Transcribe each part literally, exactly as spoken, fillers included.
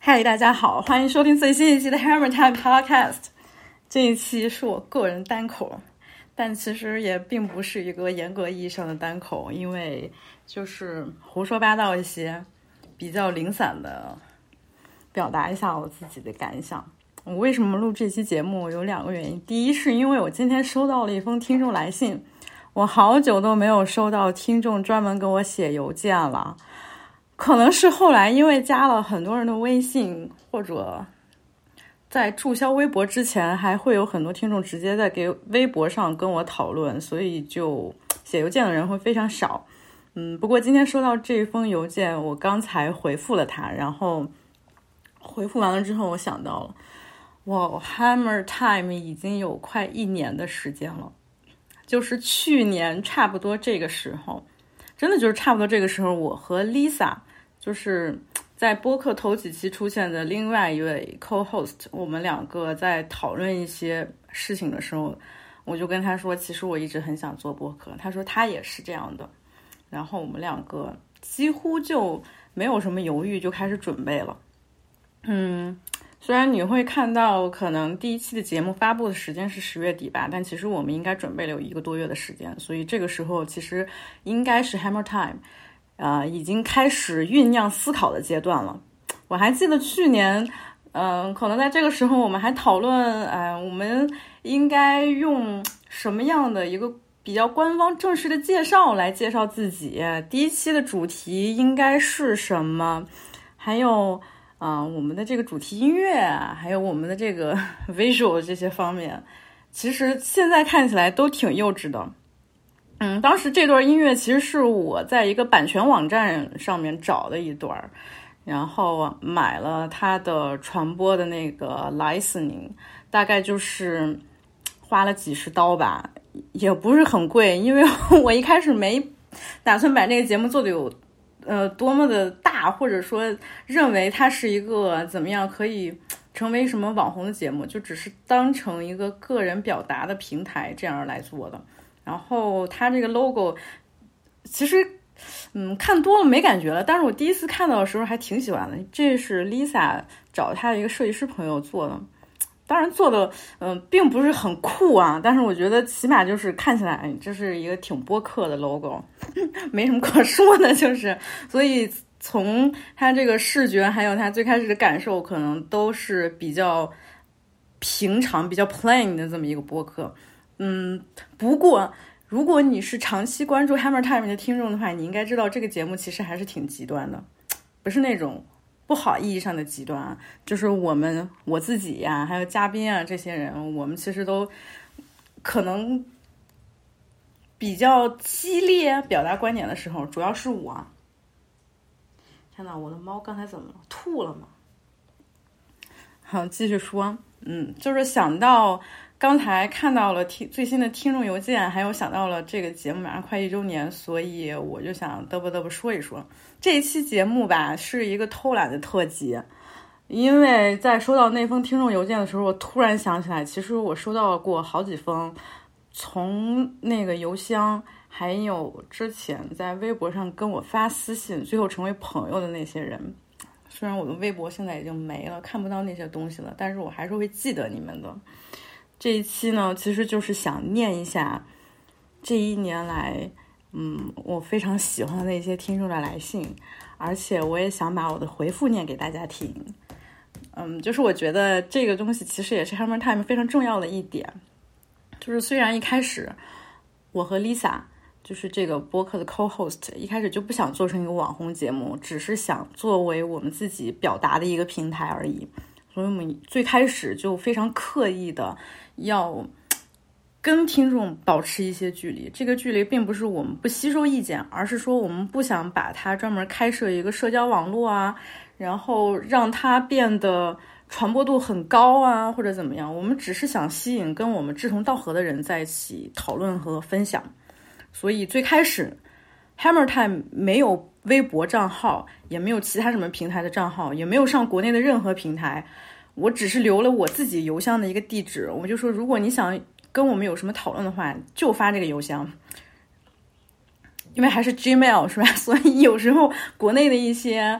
嗨，大家好，欢迎收听最新一期的 Hammer Time Podcast。这一期是我个人单口，但其实也并不是一个严格意义上的单口，因为就是胡说八道一些，比较零散的表达一下我自己的感想。我为什么录这期节目有两个原因，第一是因为我今天收到了一封听众来信，我好久都没有收到听众专门给我写邮件了。可能是后来因为加了很多人的微信，或者在注销微博之前还会有很多听众直接在给微博上跟我讨论，所以就写邮件的人会非常少。嗯，不过今天收到这封邮件，我刚才回复了他，然后回复完了之后我想到了，哇 Hammer Time 已经有快一年的时间了，就是去年差不多这个时候，真的就是差不多这个时候，我和 Lisa 就是在播客头几期出现的另外一位 co-host， 我们两个在讨论一些事情的时候，我就跟他说其实我一直很想做播客，他说他也是这样的，然后我们两个几乎就没有什么犹豫就开始准备了。嗯，虽然你会看到可能第一期的节目发布的时间是十月底吧，但其实我们应该准备了有一个多月的时间，所以这个时候其实应该是 Hammer Time 呃，已经开始酝酿思考的阶段了。我还记得去年嗯、呃，可能在这个时候我们还讨论呃，我们应该用什么样的一个比较官方正式的介绍来介绍自己，第一期的主题应该是什么，还有啊、呃，我们的这个主题音乐啊，还有我们的这个 visual 这些方面，其实现在看起来都挺幼稚的。嗯，当时这段音乐其实是我在一个版权网站上面找的一段，然后买了它的传播的那个 licensing， 大概就是花了几十刀吧，也不是很贵，因为我一开始没打算把这个节目做的有呃多么的大，或者说认为它是一个怎么样可以成为什么网红的节目，就只是当成一个个人表达的平台这样来做的。然后它这个 logo 其实嗯看多了没感觉了，但是我第一次看到的时候还挺喜欢的。这是 Lisa 找她的一个设计师朋友做的，当然做的嗯、呃、并不是很酷啊，但是我觉得起码就是看起来这是一个挺播客的 logo， 没什么可说的，就是所以从它这个视觉还有它最开始的感受可能都是比较平常比较 plain 的这么一个播客。嗯，不过如果你是长期关注 Hammer Time 的听众的话，你应该知道这个节目其实还是挺极端的，不是那种不好意义上的极端啊，就是我们我自己呀、啊，还有嘉宾啊这些人，我们其实都可能比较激烈表达观点的时候，主要是我。天哪，我的猫刚才怎么了？吐了吗？好，继续说。嗯，就是想到刚才看到了听最新的听众邮件，还有想到了这个节目马上快一周年，所以我就想嘚啵嘚啵说一说这一期节目吧，是一个偷懒的特辑。因为在收到那封听众邮件的时候，我突然想起来，其实我收到过好几封，从那个邮箱，还有之前在微博上跟我发私信，最后成为朋友的那些人。虽然我的微博现在已经没了，看不到那些东西了，但是我还是会记得你们的。这一期呢，其实就是想念一下这一年来，嗯，我非常喜欢的那些听众的来信，而且我也想把我的回复念给大家听。嗯，就是我觉得这个东西其实也是 Hammer Time 非常重要的一点，就是虽然一开始我和 Lisa 就是这个播客的 co-host 一开始就不想做成一个网红节目，只是想作为我们自己表达的一个平台而已，所以我们最开始就非常刻意的要跟听众保持一些距离。这个距离并不是我们不吸收意见，而是说我们不想把它专门开设一个社交网络啊，然后让它变得传播度很高啊，或者怎么样。我们只是想吸引跟我们志同道合的人在一起讨论和分享。所以最开始 Hammer Time 没有微博账号，也没有其他什么平台的账号，也没有上国内的任何平台，我只是留了我自己邮箱的一个地址，我就说如果你想跟我们有什么讨论的话，就发这个邮箱，因为还是 Gmail 是吧？所以有时候国内的一些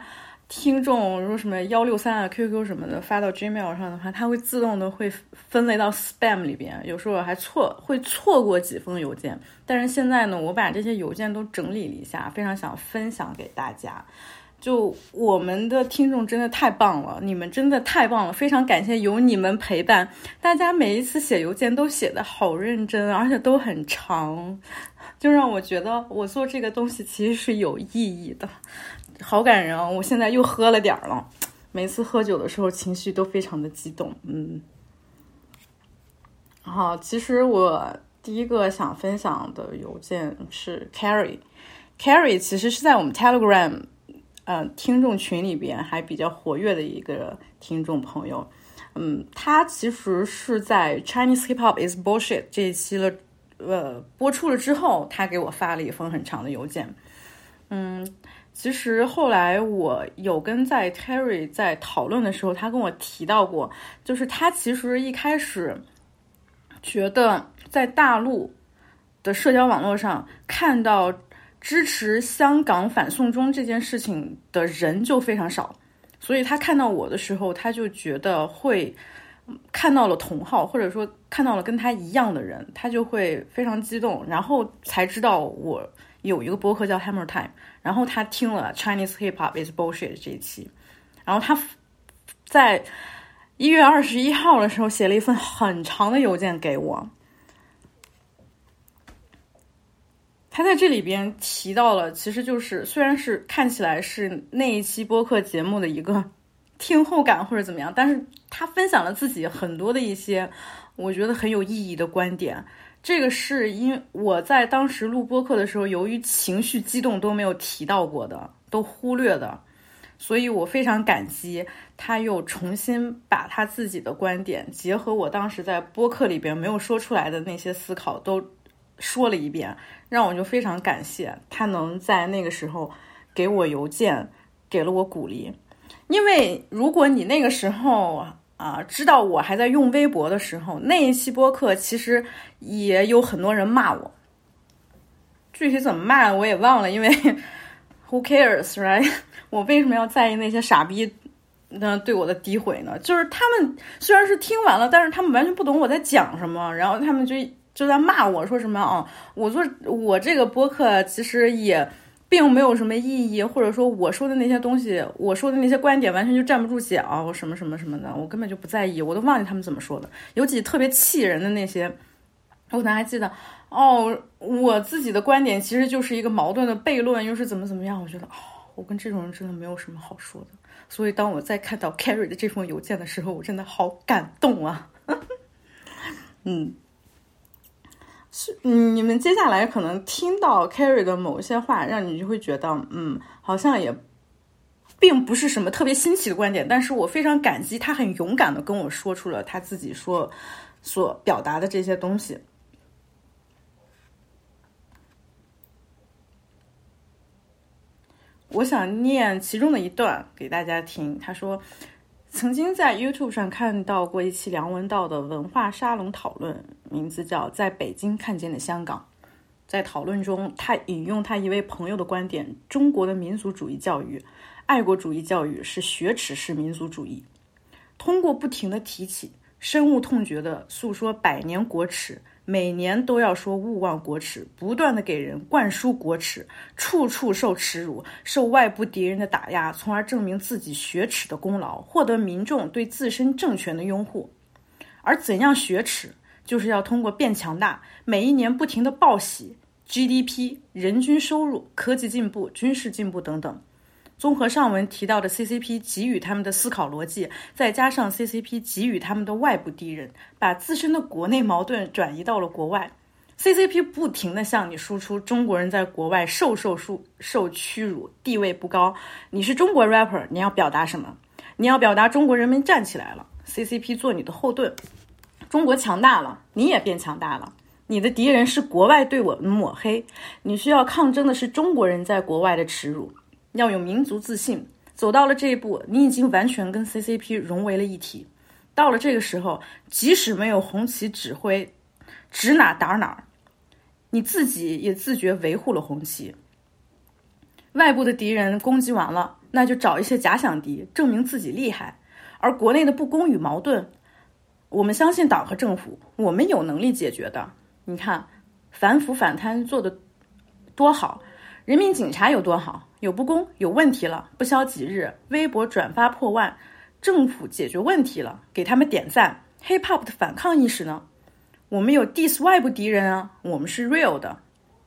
听众如果什么幺六三啊 Q Q 什么的发到 Gmail 上的话，它会自动的会分类到 spam 里边，有时候还错会错过几封邮件。但是现在呢，我把这些邮件都整理了一下，非常想分享给大家。就我们的听众真的太棒了，你们真的太棒了，非常感谢有你们陪伴。大家每一次写邮件都写得好认真，而且都很长，就让我觉得我做这个东西其实是有意义的，好感人哦！我现在又喝了点了，每次喝酒的时候情绪都非常的激动。嗯，好，其实我第一个想分享的邮件是 Carrie，Carrie 其实是在我们 Telegram 呃听众群里边还比较活跃的一个听众朋友。嗯，他其实是在 Chinese Hip Hop is Bullshit 这一期了呃播出了之后，他给我发了一封很长的邮件。嗯，其实后来我有跟在 Terry 在讨论的时候，他跟我提到过，就是他其实一开始觉得在大陆的社交网络上看到支持香港反送中这件事情的人就非常少，所以他看到我的时候，他就觉得会看到了同好，或者说看到了跟他一样的人，他就会非常激动，然后才知道我有一个播客叫 Hammer Time， 然后他听了 Chinese Hip Hop is Bullshit 这一期，然后他在一月二十一号的时候写了一份很长的邮件给我。他在这里边提到了，其实就是虽然是看起来是那一期播客节目的一个听后感或者怎么样，但是他分享了自己很多的一些我觉得很有意义的观点。这个是因为我在当时录播客的时候，由于情绪激动都没有提到过的，都忽略的，所以我非常感激他又重新把他自己的观点结合我当时在播客里边没有说出来的那些思考都说了一遍，让我就非常感谢他能在那个时候给我邮件，给了我鼓励。因为如果你那个时候啊，知道我还在用微博的时候，那一期播客其实也有很多人骂我，具体怎么骂我也忘了，因为 who cares right 我为什么要在意那些傻逼呢对我的诋毁呢？就是他们虽然是听完了，但是他们完全不懂我在讲什么，然后他们就就在骂我说什么啊，我做我这个播客其实也并没有什么意义，或者说我说的那些东西，我说的那些观点完全就站不住脚，什么什么什么的，我根本就不在意，我都忘记他们怎么说的。尤其特别气人的那些，我可能还记得哦，我自己的观点其实就是一个矛盾的悖论，又是怎么怎么样，我觉得哦，我跟这种人真的没有什么好说的。所以当我在看到 Carrie 的这封邮件的时候，我真的好感动啊。嗯。嗯，你们接下来可能听到 Carrie 的某些话，让你就会觉得，嗯，好像也并不是什么特别新奇的观点，但是我非常感激他很勇敢的跟我说出了他自己说所表达的这些东西。我想念其中的一段给大家听，他说曾经在 YouTube 上看到过一期梁文道的文化沙龙讨论，名字叫《在北京看见的香港》。在讨论中，他引用他一位朋友的观点，中国的民族主义教育、爱国主义教育是学耻式民族主义。通过不停地提起，深恶痛绝地诉说百年国耻，每年都要说勿忘国耻，不断地给人灌输国耻，处处受耻辱，受外部敌人的打压，从而证明自己学耻的功劳，获得民众对自身政权的拥护。而怎样学耻，就是要通过变强大，每一年不停地报喜 G D P、 人均收入、科技进步、军事进步等等。综合上文提到的 C C P 给予他们的思考逻辑，再加上 C C P 给予他们的外部敌人，把自身的国内矛盾转移到了国外。C C P 不停地向你输出中国人在国外受受受受屈辱，地位不高。你是中国 rapper， 你要表达什么？你要表达中国人民站起来了， C C P 做你的后盾。中国强大了，你也变强大了。你的敌人是国外对我们抹黑，你需要抗争的是中国人在国外的耻辱。要有民族自信，走到了这一步，你已经完全跟 C C P 融为了一体。到了这个时候，即使没有红旗指挥，指哪打哪，你自己也自觉维护了红旗。外部的敌人攻击完了， 那就找一些假想敌，证明自己厉害。而国内的不公与矛盾，我们相信党和政府，我们有能力解决的。你看，反腐反贪做得多好，人民警察有多好，有不公有问题了，不消几日，微博转发破万，政府解决问题了，给他们点赞。Hip-hop 的反抗意识呢？我们有 diss 外部敌人啊，我们是 real 的。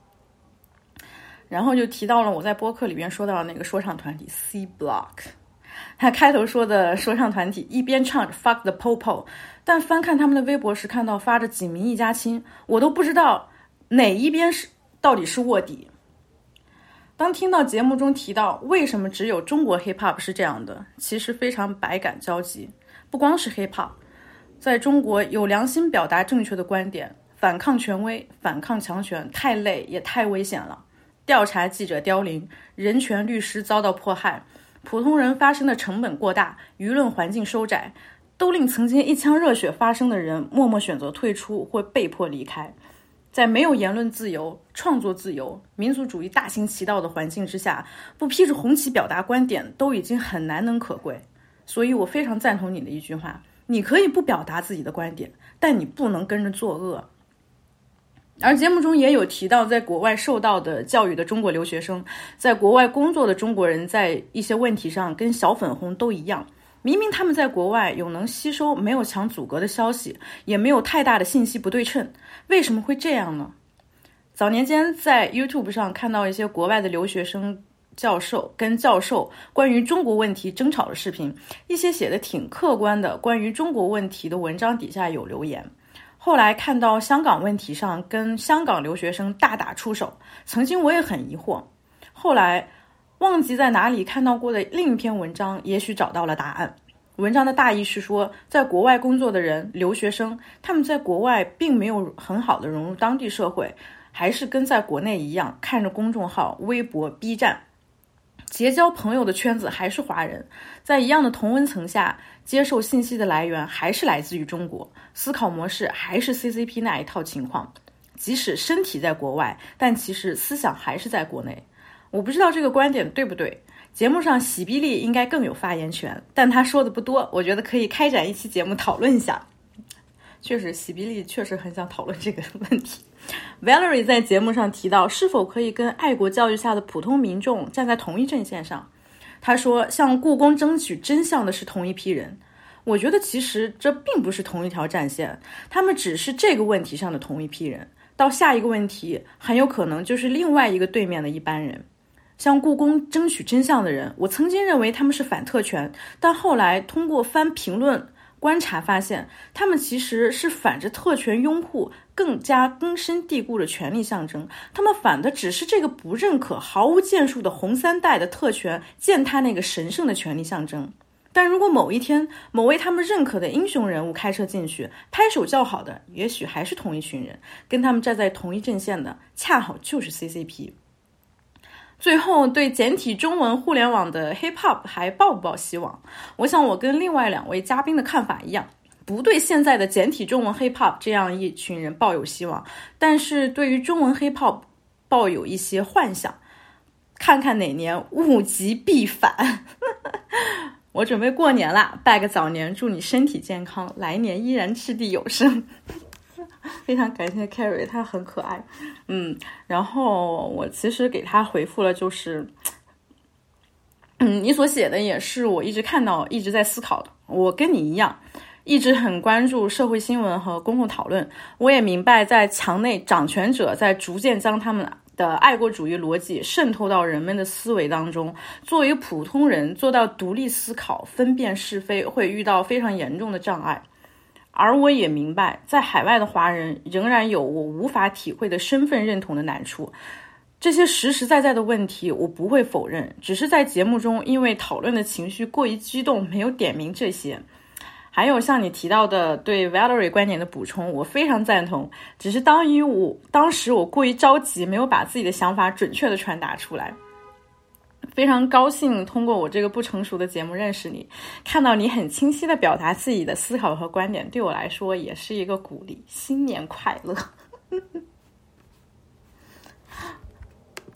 然后就提到了我在播客里边说到的那个说唱团体 C Block， 他开头说的说唱团体一边唱着 fuck the popo， 但翻看他们的微博时看到发着警民一家亲，我都不知道哪一边是到底是卧底。当听到节目中提到为什么只有中国 hiphop 是这样的，其实非常百感交集。不光是 hiphop， 在中国有良心表达正确的观点，反抗权威，反抗强权太累也太危险了。调查记者凋零，人权律师遭到迫害，普通人发声的成本过大，舆论环境收窄，都令曾经一腔热血发声的人默默选择退出或被迫离开。在没有言论自由、创作自由、民族主义大行其道的环境之下，不披着红旗表达观点都已经很难能可贵。所以我非常赞同你的一句话，你可以不表达自己的观点，但你不能跟着作恶。而节目中也有提到，在国外受到的教育的中国留学生，在国外工作的中国人，在一些问题上跟小粉红都一样。明明他们在国外有能吸收没有强阻隔的消息，也没有太大的信息不对称，为什么会这样呢？早年间在 YouTube 上看到一些国外的留学生教授跟教授关于中国问题争吵的视频，一些写的挺客观的关于中国问题的文章底下有留言。后来看到香港问题上跟香港留学生大打出手，曾经我也很疑惑，后来忘记在哪里看到过的另一篇文章，也许找到了答案。文章的大意是说，在国外工作的人，留学生，他们在国外并没有很好的融入当地社会，还是跟在国内一样，看着公众号、微博、B 站，结交朋友的圈子还是华人，在一样的同温层下，接受信息的来源还是来自于中国，思考模式还是 C C P 那一套情况。即使身体在国外，但其实思想还是在国内。我不知道这个观点对不对，节目上喜比利应该更有发言权，但他说的不多，我觉得可以开展一期节目讨论一下。确实，喜比利确实很想讨论这个问题。Valerie 在节目上提到，是否可以跟爱国教育下的普通民众站在同一阵线上。他说，向故宫争取真相的是同一批人。我觉得其实这并不是同一条战线，他们只是这个问题上的同一批人，到下一个问题很有可能就是另外一个对面的一般人。向故宫争取真相的人，我曾经认为他们是反特权，但后来通过翻评论观察发现，他们其实是反着特权拥护更加根深蒂固的权力象征，他们反的只是这个不认可毫无建树的红三代的特权践踏那个神圣的权力象征。但如果某一天某位他们认可的英雄人物开车进去，拍手叫好的也许还是同一群人，跟他们站在同一阵线的恰好就是 C C P。 最后，对简体中文互联网的 Hip-hop 还抱不抱希望？我想我跟另外两位嘉宾的看法一样，不对现在的简体中文 Hip-hop 这样一群人抱有希望，但是对于中文 Hip-hop 抱有一些幻想，看看哪年物极必反。我准备过年啦，拜个早年，祝你身体健康，来年依然掷地有声。非常感谢 Carrie， 他很可爱。嗯，然后我其实给他回复了，就是嗯，你所写的也是我一直看到一直在思考的，我跟你一样一直很关注社会新闻和公共讨论，我也明白在墙内掌权者在逐渐将他们的爱国主义逻辑渗透到人们的思维当中，作为普通人做到独立思考分辨是非会遇到非常严重的障碍。而我也明白在海外的华人仍然有我无法体会的身份认同的难处，这些实实在在的问题我不会否认，只是在节目中因为讨论的情绪过于激动没有点名这些。还有像你提到的对 Valerie 观点的补充，我非常赞同，只是当于我当时我过于着急，没有把自己的想法准确的传达出来。非常高兴通过我这个不成熟的节目认识你，看到你很清晰的表达自己的思考和观点，对我来说也是一个鼓励。新年快乐。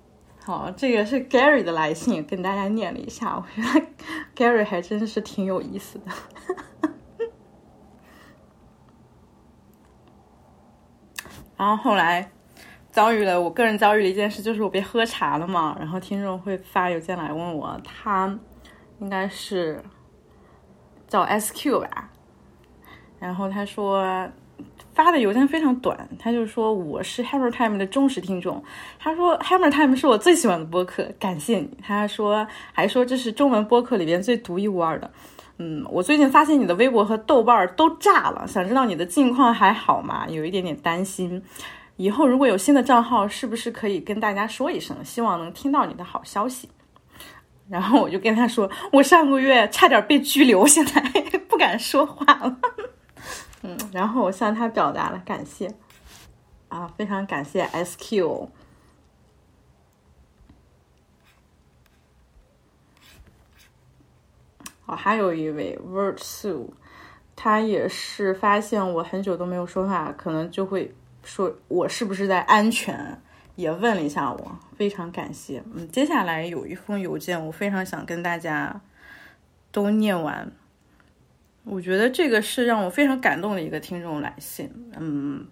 好，这个是 Gary 的来信，跟大家念了一下，我觉得 Gary 还真是挺有意思的。然后后来遭遇了我个人遭遇了一件事，就是我被喝茶了嘛，然后听众会发邮件来问我，他应该是叫 S Q 吧，然后他说发的邮件非常短，他就说我是 Hammer Time 的忠实听众，他说 Hammer Time 是我最喜欢的播客，感谢你。他说还说这是中文播客里边最独一无二的。嗯，我最近发现你的微博和豆瓣都炸了，想知道你的近况还好吗？有一点点担心，以后如果有新的账号，是不是可以跟大家说一声，希望能听到你的好消息。然后我就跟他说，我上个月差点被拘留，现在不敢说话了。嗯，然后我向他表达了感谢啊，非常感谢 S Q。哦，还有一位 Word Sue， 他也是发现我很久都没有说话，可能就会说我是不是在安全，也问了一下我，非常感谢。嗯，接下来有一封邮件，我非常想跟大家都念完。我觉得这个是让我非常感动的一个听众来信。嗯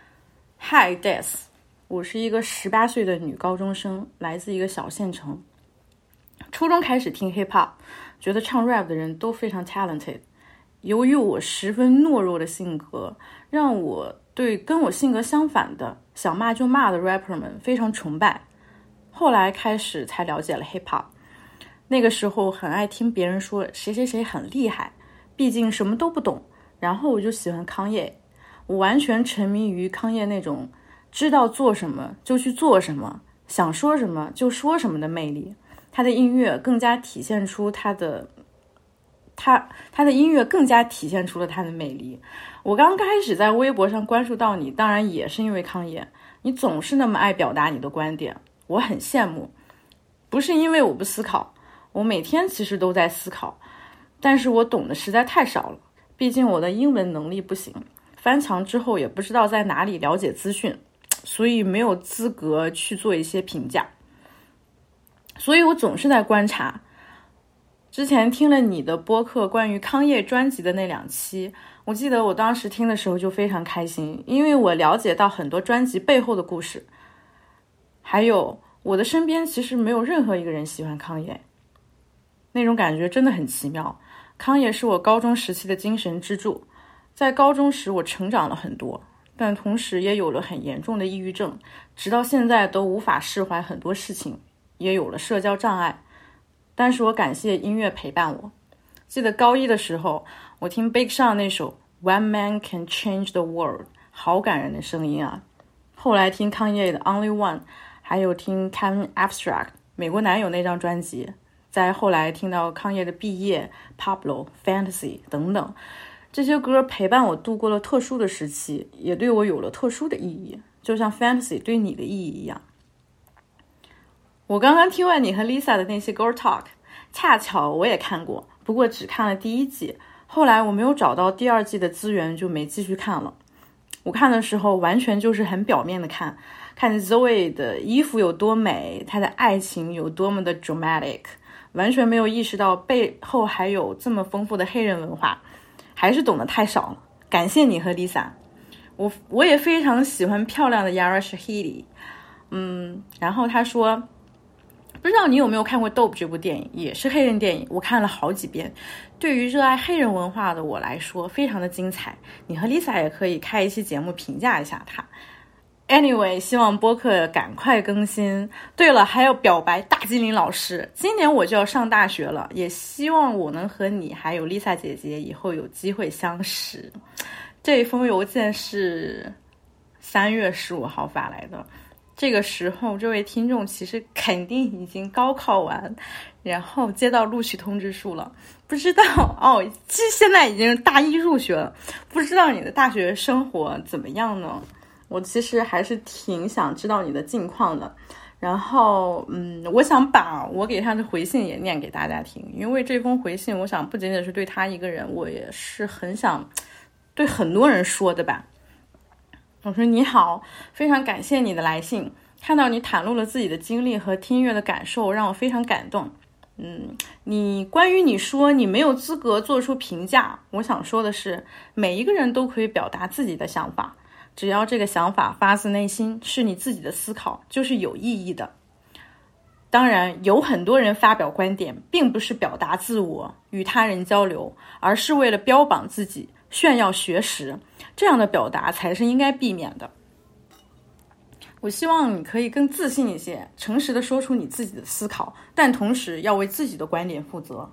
Hi Des， 我是一个十八岁的女高中生，来自一个小县城。初中开始听 hip hop， 觉得唱 rap 的人都非常 talented。由于我十分懦弱的性格，让我对跟我性格相反的想骂就骂的 rapper 们非常崇拜。后来开始才了解了 hip hop， 那个时候很爱听别人说谁谁谁很厉害，毕竟什么都不懂，然后我就喜欢康业，我完全沉迷于康业那种知道做什么就去做什么，想说什么就说什么的魅力。他的音乐更加体现出他的他他的音乐更加体现出了他的魅力。我刚开始在微博上关注到你，当然也是因为康业，你总是那么爱表达你的观点，我很羡慕。不是因为我不思考，我每天其实都在思考，但是我懂得实在太少了，毕竟我的英文能力不行，翻墙之后也不知道在哪里了解资讯，所以没有资格去做一些评价。所以我总是在观察。之前听了你的播客关于康业专辑的那两期，我记得我当时听的时候就非常开心，因为我了解到很多专辑背后的故事。还有我的身边其实没有任何一个人喜欢康业，那种感觉真的很奇妙。康业是我高中时期的精神支柱，在高中时我成长了很多，但同时也有了很严重的抑郁症，直到现在都无法释怀很多事情，也有了社交障碍。但是我感谢音乐陪伴我。记得高一的时候，我听 Big Sean 那首 One Man Can Change the World， 好感人的声音啊。后来听康业的 Only One， 还有听 Kevin Abstract 美国男友那张专辑，再后来听到康业的毕业 Pablo Fantasy 等等，这些歌陪伴我度过了特殊的时期，也对我有了特殊的意义，就像 Fantasy 对你的意义一样。我刚刚听完你和 Lisa 的那些 Girl Talk， 恰巧我也看过，不过只看了第一季，后来我没有找到第二季的资源，就没继续看了。我看的时候完全就是很表面的看，看 Zoe 的衣服有多美，她的爱情有多么的 dramatic， 完全没有意识到背后还有这么丰富的黑人文化，还是懂得太少了。感谢你和 Lisa。 我我也非常喜欢漂亮的 Yara Shahidi。 嗯，然后他说不知道你有没有看过 Dope 这部电影，也是黑人电影，我看了好几遍。对于热爱黑人文化的我来说非常的精彩，你和 Lisa 也可以开一期节目评价一下它。 Anyway， 希望播客赶快更新。对了，还要表白大精灵老师，今年我就要上大学了，也希望我能和你还有 Lisa 姐姐以后有机会相识。这封邮件是三月十五号发来的，这个时候这位听众其实肯定已经高考完，然后接到录取通知书了，不知道哦，其实现在已经大一入学了，不知道你的大学生活怎么样呢？我其实还是挺想知道你的近况的。然后嗯，我想把我给他的回信也念给大家听，因为这封回信我想不仅仅是对他一个人，我也是很想对很多人说的吧。我说你好，非常感谢你的来信， 看到你袒露了自己的经历和听音乐的感受，让我非常感动。嗯，你关于你说你没有资格做出评价，我想说的是，每一个人都可以表达自己的想法，只要这个想法发自内心，是你自己的思考，就是有意义的。当然，有很多人发表观点，并不是表达自我、与他人交流，而是为了标榜自己、炫耀学识，这样的表达才是应该避免的。我希望你可以更自信一些，诚实地说出你自己的思考，但同时要为自己的观点负责。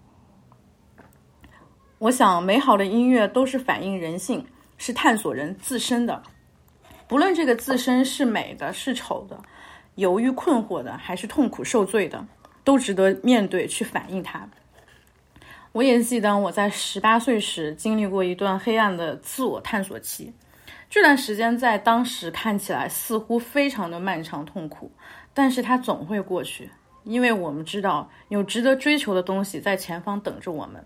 我想，美好的音乐都是反映人性，是探索人自身的。不论这个自身是美的，是丑的，犹豫困惑的，还是痛苦受罪的，都值得面对，去反映它。我也记得我在十八岁时经历过一段黑暗的自我探索期。这段时间在当时看起来似乎非常的漫长痛苦，但是它总会过去，因为我们知道有值得追求的东西在前方等着我们。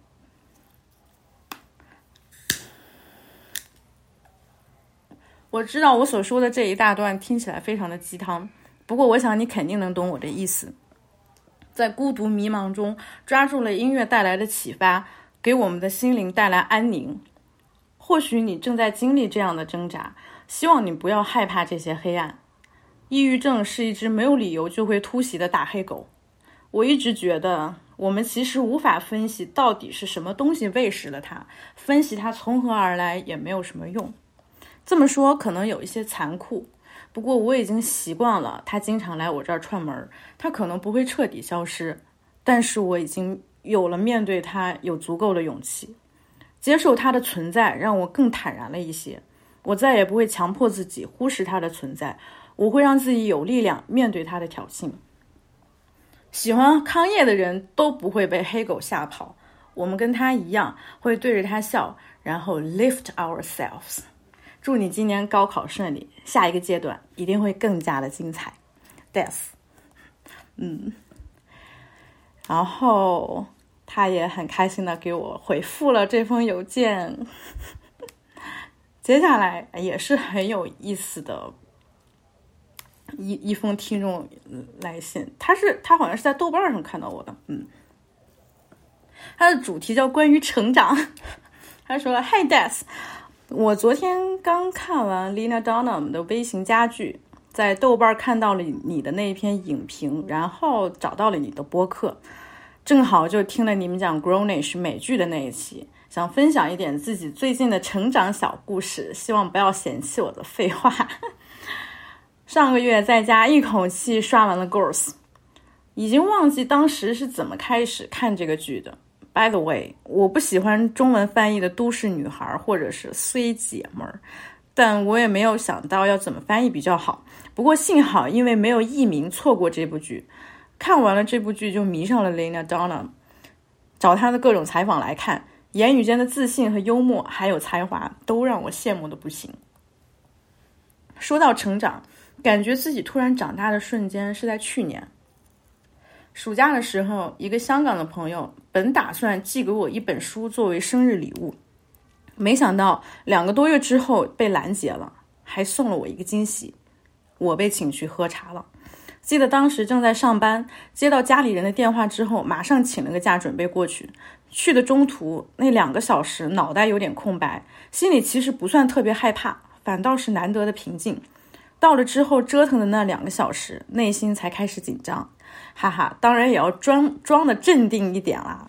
我知道我所说的这一大段听起来非常的鸡汤，不过我想你肯定能懂我的意思。在孤独迷茫中抓住了音乐带来的启发，给我们的心灵带来安宁。或许你正在经历这样的挣扎，希望你不要害怕这些黑暗。抑郁症是一只没有理由就会突袭的大黑狗。我一直觉得我们其实无法分析到底是什么东西喂食了它，分析它从何而来也没有什么用。这么说可能有一些残酷，不过我已经习惯了它经常来我这儿串门，它可能不会彻底消失，但是我已经有了面对它有足够的勇气。接受它的存在让我更坦然了一些，我再也不会强迫自己忽视它的存在，我会让自己有力量面对它的挑衅。喜欢康业的人都不会被黑狗吓跑，我们跟他一样会对着他笑，然后 lift ourselves。 祝你今年高考顺利，下一个阶段一定会更加的精彩。 Death 嗯，然后他也很开心的给我回复了这封邮件。接下来也是很有意思的一一封听众来信，他是他好像是在豆瓣上看到我的，嗯，他的主题叫关于成长。他说 Hi Death， 我昨天刚看完 Lena Dunham 的微型家具，在豆瓣看到了你的那一篇影评，然后找到了你的播客，正好就听了你们讲 Grownish 美剧的那一期，想分享一点自己最近的成长小故事，希望不要嫌弃我的废话。上个月在家一口气刷完了 Girls， 已经忘记当时是怎么开始看这个剧的。 By the way， 我不喜欢中文翻译的都市女孩或者是衰姐们儿，但我也没有想到要怎么翻译比较好。不过幸好因为没有译名错过这部剧，看完了这部剧就迷上了 Lena Dunham， 找她的各种采访来看，言语间的自信和幽默还有才华都让我羡慕的不行。说到成长，感觉自己突然长大的瞬间是在去年暑假的时候，一个香港的朋友本打算寄给我一本书作为生日礼物，没想到两个多月之后被拦截了，还送了我一个惊喜，我被请去喝茶了。记得当时正在上班，接到家里人的电话之后，马上请了个假准备过去。去的中途那两个小时脑袋有点空白，心里其实不算特别害怕，反倒是难得的平静。到了之后折腾的那两个小时，内心才开始紧张，哈哈，当然也要装装的镇定一点啦。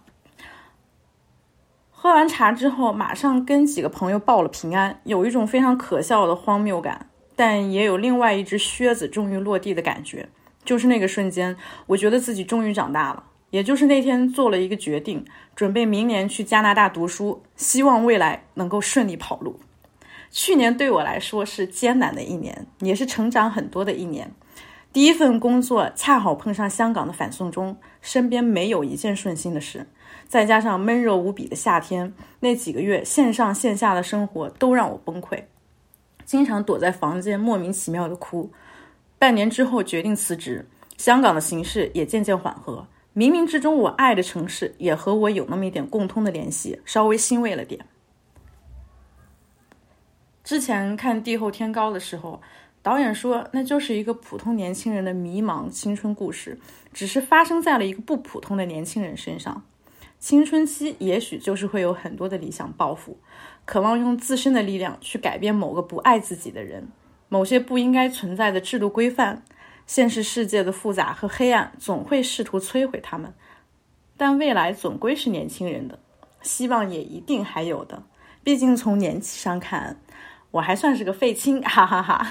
喝完茶之后，马上跟几个朋友报了平安，有一种非常可笑的荒谬感，但也有另外一只靴子终于落地的感觉。就是那个瞬间，我觉得自己终于长大了。也就是那天做了一个决定，准备明年去加拿大读书，希望未来能够顺利跑路。去年对我来说是艰难的一年，也是成长很多的一年。第一份工作恰好碰上香港的反送中，身边没有一件顺心的事，再加上闷热无比的夏天，那几个月线上线下的生活都让我崩溃，经常躲在房间莫名其妙的哭。半年之后决定辞职，香港的形势也渐渐缓和，冥冥之中我爱的城市也和我有那么一点共通的联系，稍微欣慰了点。之前看《地厚天高》的时候， 导演说那就是一个普通年轻人的迷茫青春故事，只是发生在了一个不普通的年轻人身上。青春期也许就是会有很多的理想抱负，渴望用自身的力量去改变某个不爱自己的人，某些不应该存在的制度规范。现实世界的复杂和黑暗总会试图摧毁他们，但未来总归是年轻人的，希望也一定还有的。毕竟从年纪上看，我还算是个废青，哈哈哈。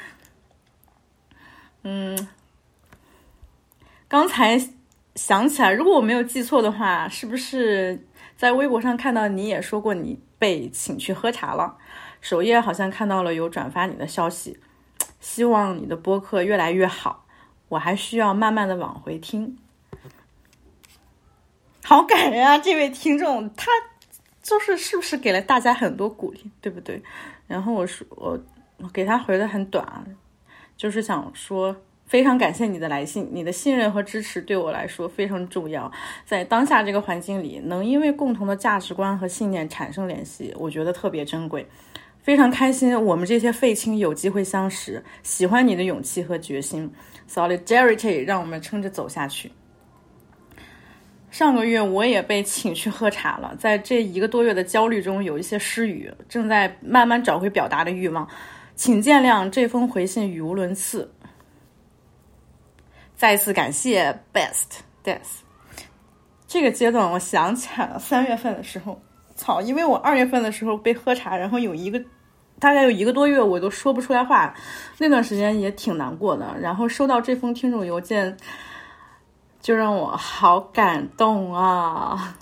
嗯，刚才想起来，如果我没有记错的话，是不是在微博上看到你也说过你被请去喝茶了？首页好像看到了有转发你的消息，希望你的播客越来越好，我还需要慢慢的往回听。好感人啊，这位听众，他就是是不是给了大家很多鼓励，对不对？然后我说我我给他回的很短，就是想说非常感谢你的来信，你的信任和支持对我来说非常重要。在当下这个环境里，能因为共同的价值观和信念产生联系，我觉得特别珍贵。非常开心我们这些废青有机会相识，喜欢你的勇气和决心 Solidarity 让我们撑着走下去。上个月我也被请去喝茶了，在这一个多月的焦虑中有一些失语，正在慢慢找回表达的欲望，请见谅，这封回信语无伦次。再次感谢 Best Death。 这个阶段我想起来了，三月份的时候，操，因为我二月份的时候被喝茶，然后有一个大概有一个多月我都说不出来话，那段时间也挺难过的。然后收到这封听众邮件，就让我好感动啊。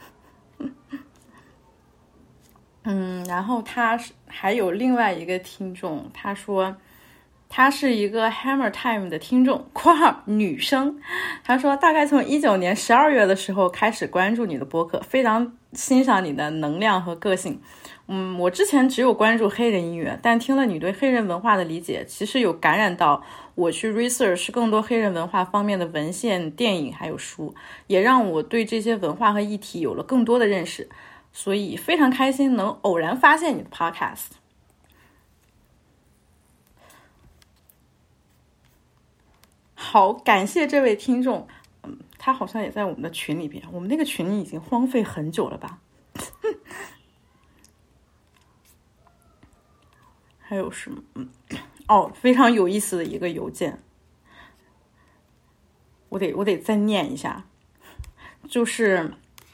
嗯，然后他还有另外一个听众，他说他是一个 Hammer Time 的听众（括号女生）。他说大概从一九年十二月的时候开始关注你的播客，非常欣赏你的能量和个性。嗯，我之前只有关注黑人音乐，但听了你对黑人文化的理解，其实有感染到我去 research 更多黑人文化方面的文献、电影还有书，也让我对这些文化和议题有了更多的认识。所以非常开心能偶然发现你的 podcast。好，感谢这位听众。嗯，他好像也在我们的群里边，我们那个群已经荒废很久了吧。还有什么？嗯，哦，非常有意思的一个邮件，我得我得再念一下，就是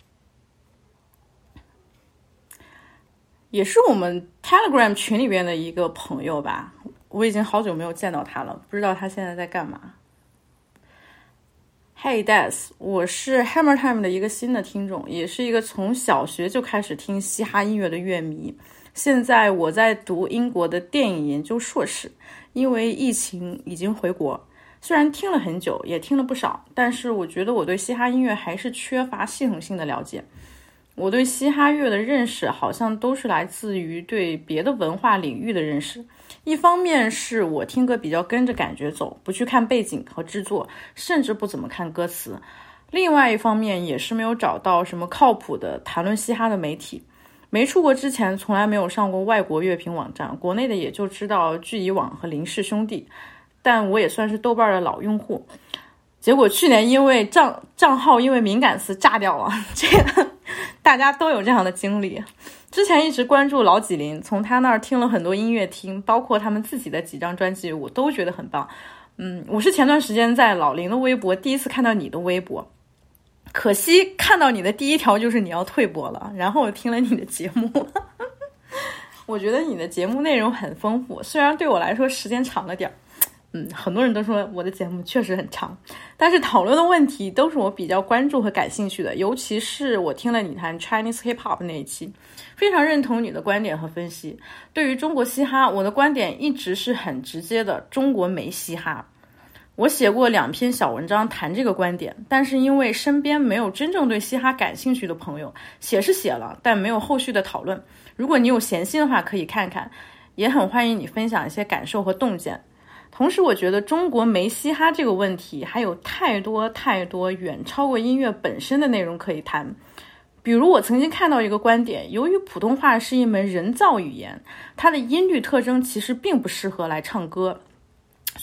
也是我们 Telegram 群里边的一个朋友吧，我已经好久没有见到他了，不知道他现在在干嘛。Hey Des， 我是 Hammer Time 的一个新的听众，也是一个从小学就开始听嘻哈音乐的乐迷。现在我在读英国的电影研究硕士，因为疫情已经回国。虽然听了很久，也听了不少，但是我觉得我对嘻哈音乐还是缺乏系统性的了解。我对嘻哈乐的认识好像都是来自于对别的文化领域的认识。一方面是我听歌比较跟着感觉走，不去看背景和制作，甚至不怎么看歌词。另外一方面也是没有找到什么靠谱的谈论嘻哈的媒体。没出国之前从来没有上过外国乐评网站，国内的也就知道聚乙网和林氏兄弟，但我也算是豆瓣的老用户。结果去年因为账账号因为敏感词炸掉了，这个大家都有这样的经历。之前一直关注老几林，从他那儿听了很多音乐厅，包括他们自己的几张专辑，我都觉得很棒。嗯，我是前段时间在老林的微博第一次看到你的微博，可惜看到你的第一条就是你要退播了，然后我听了你的节目。我觉得你的节目内容很丰富，虽然对我来说时间长了点儿。嗯，很多人都说我的节目确实很长，但是讨论的问题都是我比较关注和感兴趣的，尤其是我听了你谈 Chinese Hip Hop 那一期，非常认同你的观点和分析。对于中国嘻哈，我的观点一直是很直接的，中国没嘻哈。我写过两篇小文章谈这个观点，但是因为身边没有真正对嘻哈感兴趣的朋友，写是写了，但没有后续的讨论。如果你有闲心的话，可以看看，也很欢迎你分享一些感受和洞见。同时我觉得中国没嘻哈这个问题还有太多太多远超过音乐本身的内容可以谈。比如我曾经看到一个观点，由于普通话是一门人造语言，它的音律特征其实并不适合来唱歌。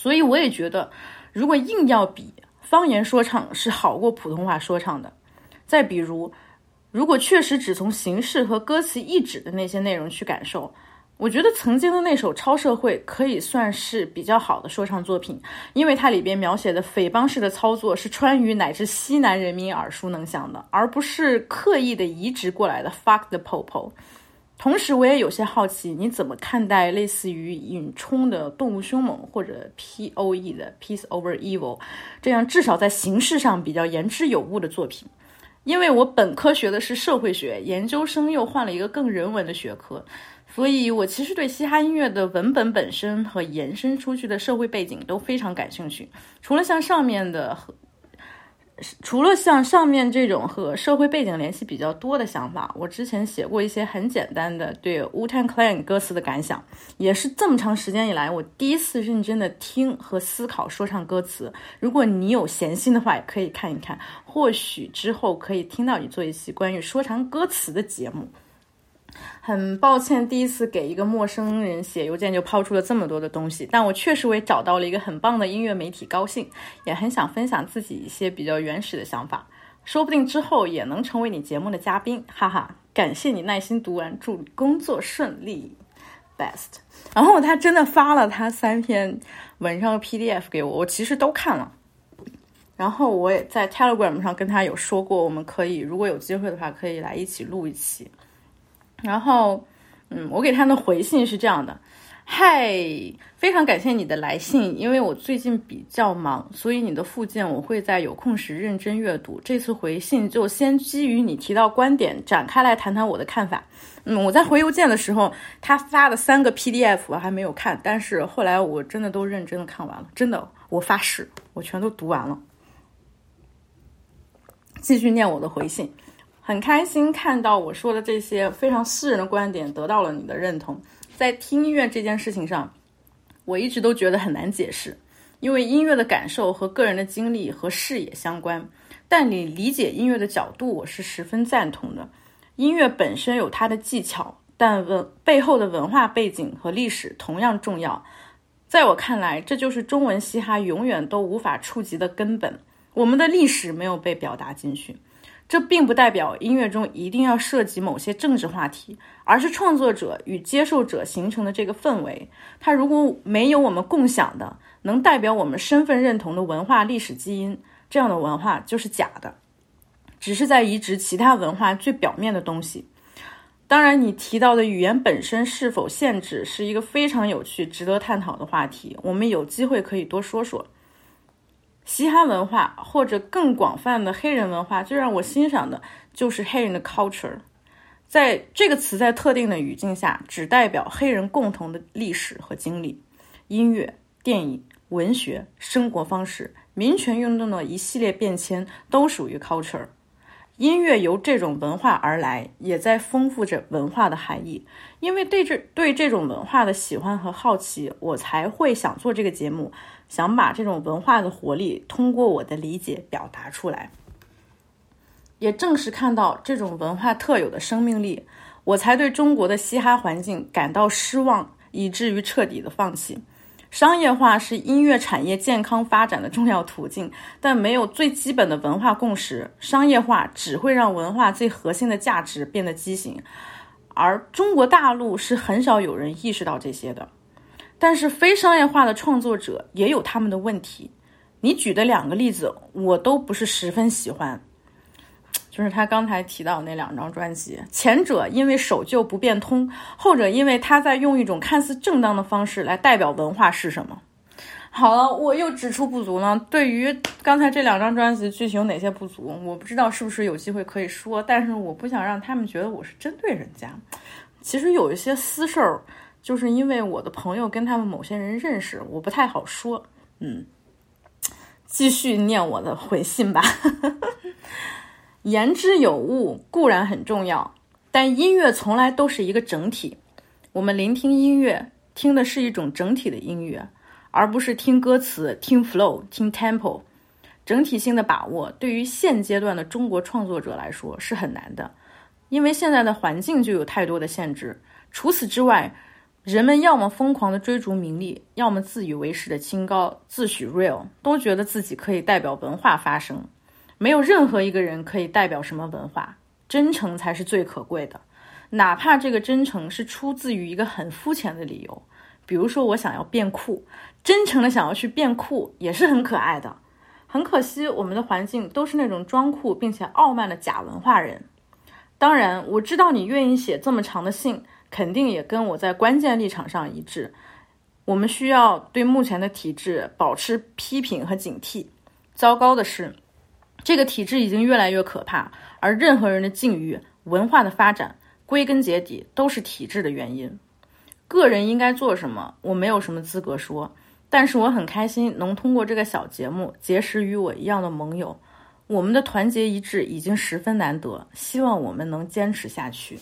所以我也觉得，如果硬要比，方言说唱是好过普通话说唱的。再比如，如果确实只从形式和歌词意指的那些内容去感受，我觉得曾经的那首《超社会》可以算是比较好的说唱作品，因为它里边描写的匪帮式的操作是川渝乃至西南人民耳熟能详的，而不是刻意的移植过来的 fuck the popo。 同时我也有些好奇，你怎么看待类似于尹冲的《动物凶猛》或者 P O E 的 Peace Over Evil 这样至少在形式上比较言之有物的作品？因为我本科学的是社会学，研究生又换了一个更人文的学科，所以我其实对嘻哈音乐的文本本身和延伸出去的社会背景都非常感兴趣。除了像上面的除了像上面这种和社会背景联系比较多的想法，我之前写过一些很简单的对 Wu-Tang Clan 歌词的感想，也是这么长时间以来我第一次认真的听和思考说唱歌词。如果你有闲心的话也可以看一看，或许之后可以听到你做一期关于说唱歌词的节目。很抱歉第一次给一个陌生人写邮件就抛出了这么多的东西，但我确实我也找到了一个很棒的音乐媒体高兴，也很想分享自己一些比较原始的想法，说不定之后也能成为你节目的嘉宾，哈哈！感谢你耐心读完，祝你工作顺利 ，best。然后他真的发了他三篇文章的 P D F 给我，我其实都看了。然后我也在 Telegram 上跟他有说过，我们可以如果有机会的话可以来一起录一期。然后嗯，我给他的回信是这样的：嗨，非常感谢你的来信，因为我最近比较忙，所以你的附件我会在有空时认真阅读。这次回信就先基于你提到观点展开来谈谈我的看法。嗯，我在回邮件的时候他发的三个 P D F 我还没有看，但是后来我真的都认真的看完了，真的，我发誓我全都读完了。继续念我的回信。很开心看到我说的这些非常私人的观点得到了你的认同。在听音乐这件事情上，我一直都觉得很难解释，因为音乐的感受和个人的经历和视野相关，但你理解音乐的角度我是十分赞同的。音乐本身有它的技巧，但文背后的文化背景和历史同样重要。在我看来，这就是中文嘻哈永远都无法触及的根本，我们的历史没有被表达进去。这并不代表音乐中一定要涉及某些政治话题，而是创作者与接受者形成的这个氛围，它如果没有我们共享的能代表我们身份认同的文化历史基因，这样的文化就是假的，只是在移植其他文化最表面的东西。当然你提到的语言本身是否限制是一个非常有趣值得探讨的话题，我们有机会可以多说说。嘻哈文化或者更广泛的黑人文化，最让我欣赏的就是黑人的 culture。 在这个词在特定的语境下只代表黑人共同的历史和经历。音乐、电影、文学、生活方式、民权运动的一系列变迁都属于 culture。 音乐由这种文化而来，也在丰富着文化的含义。因为对这对这种文化的喜欢和好奇，我才会想做这个节目，想把这种文化的活力通过我的理解表达出来。也正是看到这种文化特有的生命力，我才对中国的嘻哈环境感到失望，以至于彻底的放弃。商业化是音乐产业健康发展的重要途径，但没有最基本的文化共识，商业化只会让文化最核心的价值变得畸形，而中国大陆是很少有人意识到这些的。但是非商业化的创作者也有他们的问题，你举的两个例子我都不是十分喜欢。就是他刚才提到那两张专辑，前者因为守旧不变通，后者因为他在用一种看似正当的方式来代表文化是什么。好了，我又指出不足了。对于刚才这两张专辑具体有哪些不足，我不知道是不是有机会可以说，但是我不想让他们觉得我是针对人家。其实有一些私事儿，就是因为我的朋友跟他们某些人认识，我不太好说。嗯，继续念我的回信吧。言之有物固然很重要，但音乐从来都是一个整体。我们聆听音乐，听的是一种整体的音乐，而不是听歌词、听 flow、听 tempo。 整体性的把握对于现阶段的中国创作者来说是很难的，因为现在的环境就有太多的限制。除此之外， 人们要么疯狂的追逐名利，要么自以为是的清高，自诩 real， 都觉得自己可以代表文化发声。没有任何一个人可以代表什么文化，真诚才是最可贵的。哪怕这个真诚是出自于一个很肤浅的理由，比如说我想要变酷，真诚的想要去变酷也是很可爱的。很可惜我们的环境都是那种装酷并且傲慢的假文化人。当然我知道你愿意写这么长的信，肯定也跟我在关键立场上一致。我们需要对目前的体制保持批评和警惕。糟糕的是，这个体制已经越来越可怕，而任何人的境遇、文化的发展，归根结底都是体制的原因。个人应该做什么，我没有什么资格说，但是我很开心能通过这个小节目结识与我一样的盟友。我们的团结一致已经十分难得，希望我们能坚持下去。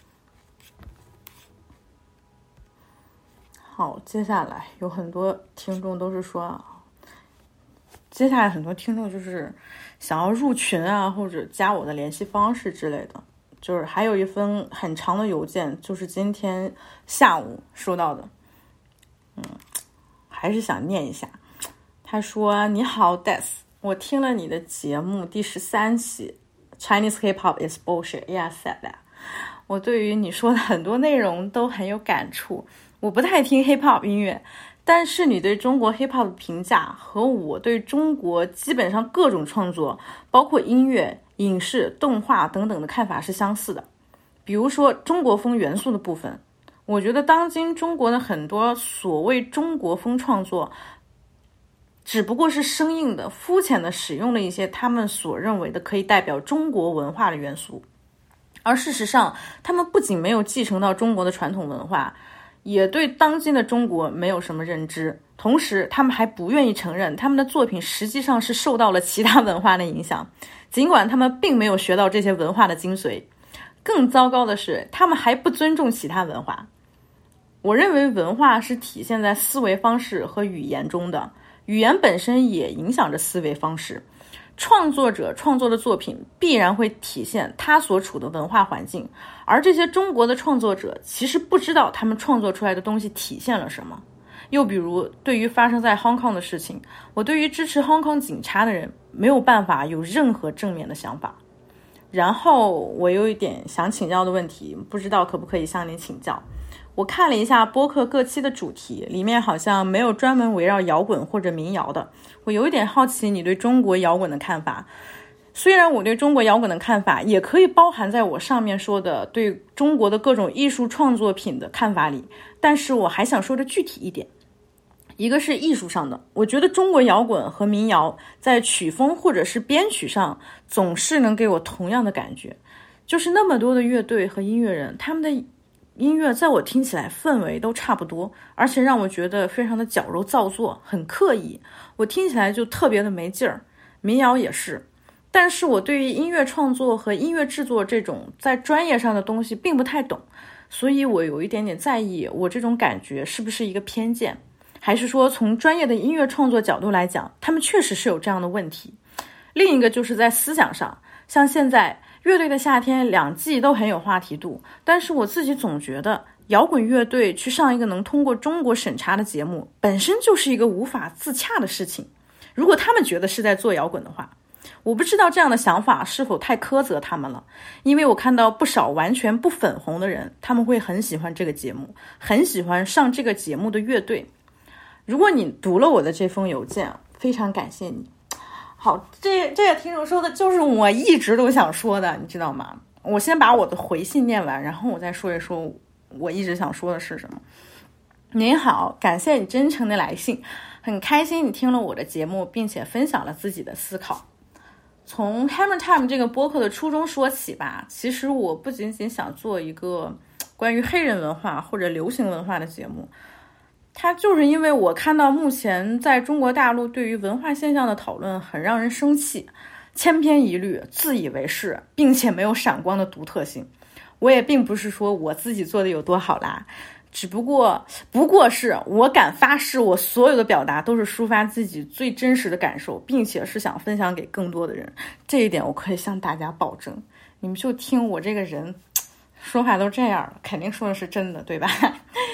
好，接下来有很多听众都是说，接下来很多听众就是想要入群啊，或者加我的联系方式之类的。就是还有一封很长的邮件，就是今天下午收到的，嗯，还是想念一下。他说：“你好 Des， 我听了你的节目第十三期 Chinese Hip Hop is bullshit. Yeah, said that。我对于你说的很多内容都很有感触。我不太听 Hip Hop 音乐，但是你对中国 Hip Hop 的评价和我对中国基本上各种创作，包括音乐、影视、动画等等的看法是相似的。比如说中国风元素的部分，我觉得当今中国的很多所谓中国风创作，只不过是生硬的、肤浅的使用了一些他们所认为的可以代表中国文化的元素，而事实上，他们不仅没有继承到中国的传统文化，也对当今的中国没有什么认知，同时他们还不愿意承认他们的作品实际上是受到了其他文化的影响，尽管他们并没有学到这些文化的精髓。更糟糕的是，他们还不尊重其他文化。我认为文化是体现在思维方式和语言中的，语言本身也影响着思维方式。创作者创作的作品必然会体现他所处的文化环境，而这些中国的创作者其实不知道他们创作出来的东西体现了什么。又比如对于发生在 Hong Kong 的事情，我对于支持 Hong Kong 警察的人没有办法有任何正面的想法。然后我有一点想请教的问题，不知道可不可以向你请教。我看了一下播客各期的主题，里面好像没有专门围绕摇滚或者民谣的。我有一点好奇你对中国摇滚的看法。虽然我对中国摇滚的看法也可以包含在我上面说的对中国的各种艺术创作品的看法里，但是我还想说的具体一点。一个是艺术上的，我觉得中国摇滚和民谣在曲风或者是编曲上总是能给我同样的感觉，就是那么多的乐队和音乐人，他们的音乐在我听起来氛围都差不多，而且让我觉得非常的矫揉造作，很刻意，我听起来就特别的没劲儿。民谣也是，但是我对于音乐创作和音乐制作这种在专业上的东西并不太懂，所以我有一点点在意我这种感觉是不是一个偏见，还是说从专业的音乐创作角度来讲，他们确实是有这样的问题。另一个就是在思想上，像现在乐队的夏天两季都很有话题度，但是我自己总觉得摇滚乐队去上一个能通过中国审查的节目本身就是一个无法自洽的事情。如果他们觉得是在做摇滚的话，我不知道这样的想法是否太苛责他们了，因为我看到不少完全不粉红的人，他们会很喜欢这个节目，很喜欢上这个节目的乐队。如果你读了我的这封邮件，非常感谢你。好，这这个听众说的就是我一直都想说的，你知道吗？我先把我的回信念完，然后我再说一说我一直想说的是什么。您好，感谢你真诚的来信，很开心你听了我的节目，并且分享了自己的思考。从 Hammer Time 这个播客的初衷说起吧，其实我不仅仅想做一个关于黑人文化或者流行文化的节目，它就是因为我看到目前在中国大陆对于文化现象的讨论很让人生气，千篇一律，自以为是，并且没有闪光的独特性。我也并不是说我自己做的有多好啦，只不过不过是我敢发誓，我所有的表达都是抒发自己最真实的感受，并且是想分享给更多的人。这一点我可以向大家保证，你们就听我这个人说话都这样了，肯定说的是真的，对吧？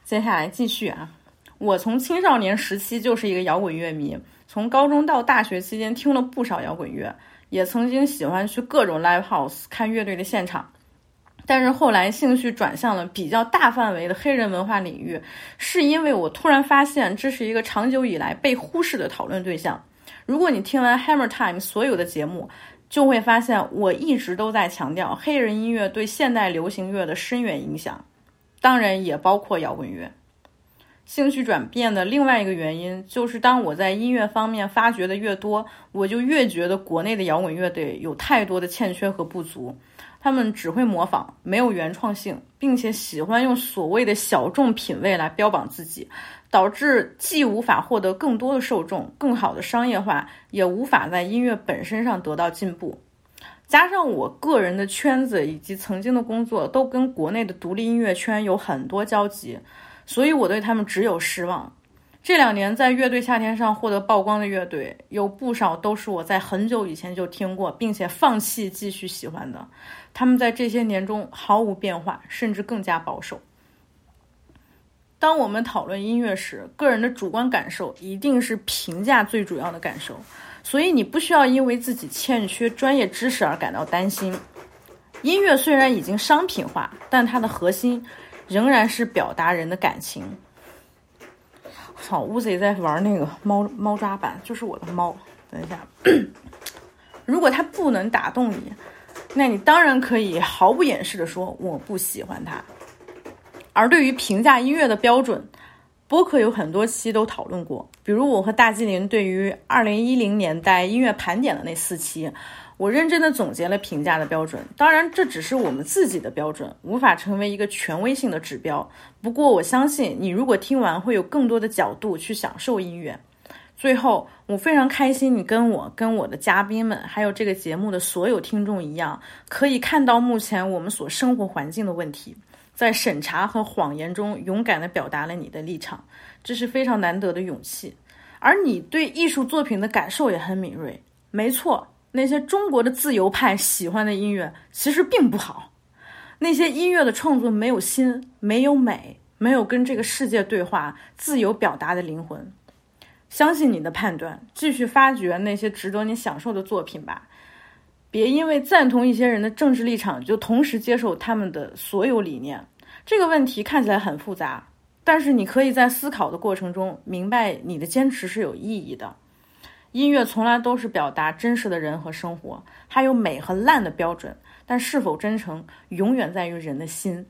接下来继续啊，我从青少年时期就是一个摇滚乐迷，从高中到大学期间听了不少摇滚乐，也曾经喜欢去各种 live house 看乐队的现场。但是后来兴趣转向了比较大范围的黑人文化领域，是因为我突然发现这是一个长久以来被忽视的讨论对象。如果你听完 Hammer Time 所有的节目，就会发现我一直都在强调黑人音乐对现代流行乐的深远影响，当然也包括摇滚乐。兴趣转变的另外一个原因，就是当我在音乐方面发掘的越多，我就越觉得国内的摇滚乐队有太多的欠缺和不足。他们只会模仿，没有原创性，并且喜欢用所谓的小众品味来标榜自己，导致既无法获得更多的受众，更好的商业化，也无法在音乐本身上得到进步。加上我个人的圈子以及曾经的工作都跟国内的独立音乐圈有很多交集，所以我对他们只有失望。这两年在乐队夏天上获得曝光的乐队，有不少都是我在很久以前就听过并且放弃继续喜欢的，他们在这些年中毫无变化，甚至更加保守。当我们讨论音乐时，个人的主观感受一定是评价最主要的感受，所以你不需要因为自己欠缺专业知识而感到担心。音乐虽然已经商品化，但它的核心仍然是表达人的感情。好，乌贼在玩那个猫猫抓板，就是我的猫。等一下，如果它不能打动你，那你当然可以毫不掩饰地说我不喜欢它。而对于评价音乐的标准，播客有很多期都讨论过，比如我和大吉林对于二零一零年代音乐盘点的那四期，我认真的总结了评价的标准。当然这只是我们自己的标准，无法成为一个权威性的指标，不过我相信你如果听完会有更多的角度去享受音乐。最后我非常开心你跟我跟我的嘉宾们还有这个节目的所有听众一样，可以看到目前我们所生活环境的问题，在审查和谎言中勇敢地表达了你的立场，这是非常难得的勇气。而你对艺术作品的感受也很敏锐，没错，那些中国的自由派喜欢的音乐其实并不好，那些音乐的创作没有心，没有美，没有跟这个世界对话，自由表达的灵魂。相信你的判断，继续发掘那些值得你享受的作品吧。别因为赞同一些人的政治立场就同时接受他们的所有理念。这个问题看起来很复杂，但是你可以在思考的过程中明白你的坚持是有意义的。音乐从来都是表达真实的人和生活，还有美和烂的标准，但是否真诚永远在于人的心。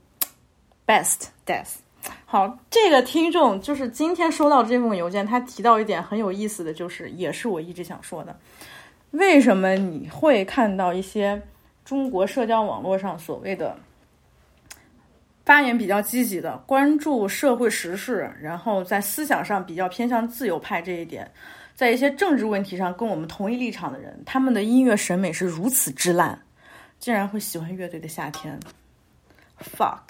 Best death。 好，这个听众就是今天收到这封邮件，他提到一点很有意思的，就是也是我一直想说的，为什么你会看到一些中国社交网络上所谓的发言比较积极的，关注社会时事，然后在思想上比较偏向自由派这一点，在一些政治问题上跟我们同一立场的人，他们的音乐审美是如此之烂，竟然会喜欢乐队的夏天。 fuck。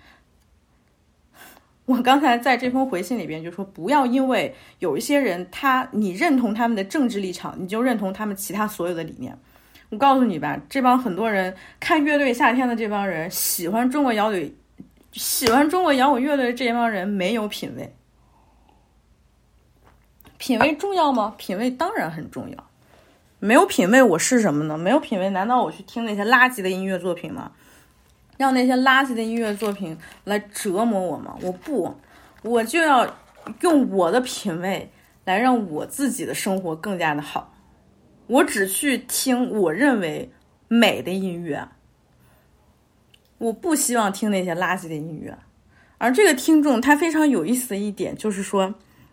我刚才在这封回信里边就说，不要因为有一些人他你认同他们的政治立场，你就认同他们其他所有的理念。我告诉你吧，这帮很多人看乐队夏天的这帮人，喜欢中国摇滚喜欢中国摇滚乐队的这帮人没有品味。品味重要吗？品味当然很重要。没有品味我是什么呢？没有品味难道我去听那些垃圾的音乐作品吗？让那些垃圾的音乐作品来折磨我吗？我不，我就要用我的品味来让我自己的生活更加的好。我只去听我认为美的音乐，我不希望听那些垃圾的音乐。而这个听众他非常有意思的一点就是说，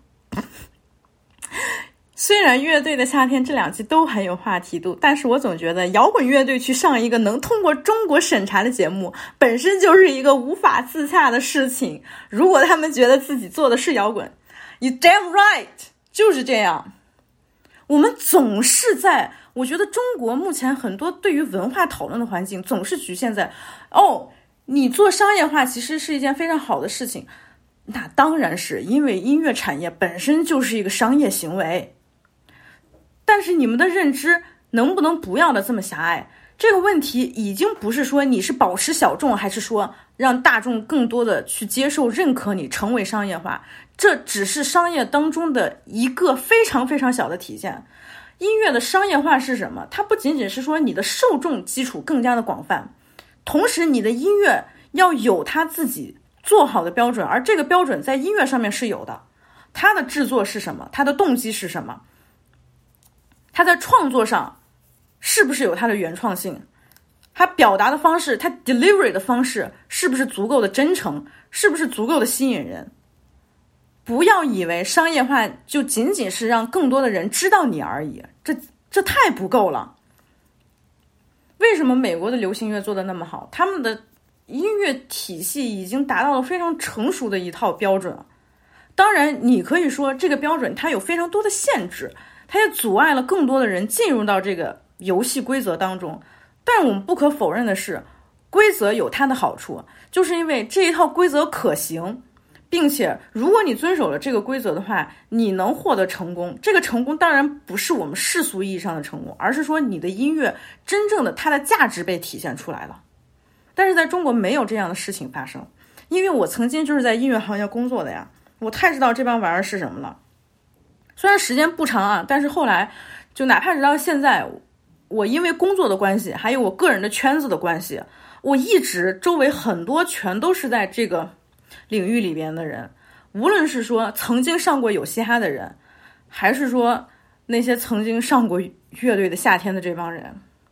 虽然乐队的夏天这两期都很有话题度，但是我总觉得摇滚乐队去上一个能通过中国审查的节目本身就是一个无法自洽的事情。如果他们觉得自己做的是摇滚， You damn right， 就是这样。我们总是在，我觉得中国目前很多对于文化讨论的环境总是局限在，哦，你做商业化其实是一件非常好的事情。那当然是因为音乐产业本身就是一个商业行为，但是你们的认知能不能不要的这么狭隘？ 这个问题已经不是说你是保持小众，还是说让大众更多的去接受认可你成为商业化，这只是商业当中的一个非常非常小的体现。音乐的商业化是什么？它不仅仅是说你的受众基础更加的广泛，同时你的音乐要有它自己做好的标准，而这个标准在音乐上面是有的。它的制作是什么？它的动机是什么？它在创作上是不是有它的原创性？它表达的方式，它 delivery 的方式是不是足够的真诚？是不是足够的吸引人？不要以为商业化就仅仅是让更多的人知道你而已，这这太不够了。为什么美国的流行乐做得那么好？他们的音乐体系已经达到了非常成熟的一套标准。当然你可以说这个标准它有非常多的限制，它也阻碍了更多的人进入到这个游戏规则当中。但我们不可否认的是，规则有它的好处，就是因为这一套规则可行，并且如果你遵守了这个规则的话，你能获得成功。这个成功当然不是我们世俗意义上的成功，而是说你的音乐真正的它的价值被体现出来了。但是在中国没有这样的事情发生，因为我曾经就是在音乐行业工作的呀，我太知道这帮玩意儿是什么了。虽然时间不长啊，但是后来就哪怕直到现在，我因为工作的关系，还有我个人的圈子的关系，我一直周围很多全都是在这个领域里边的人，无论是说曾经上过有嘻哈的人，还是说那些曾经上过乐队的夏天的这帮人，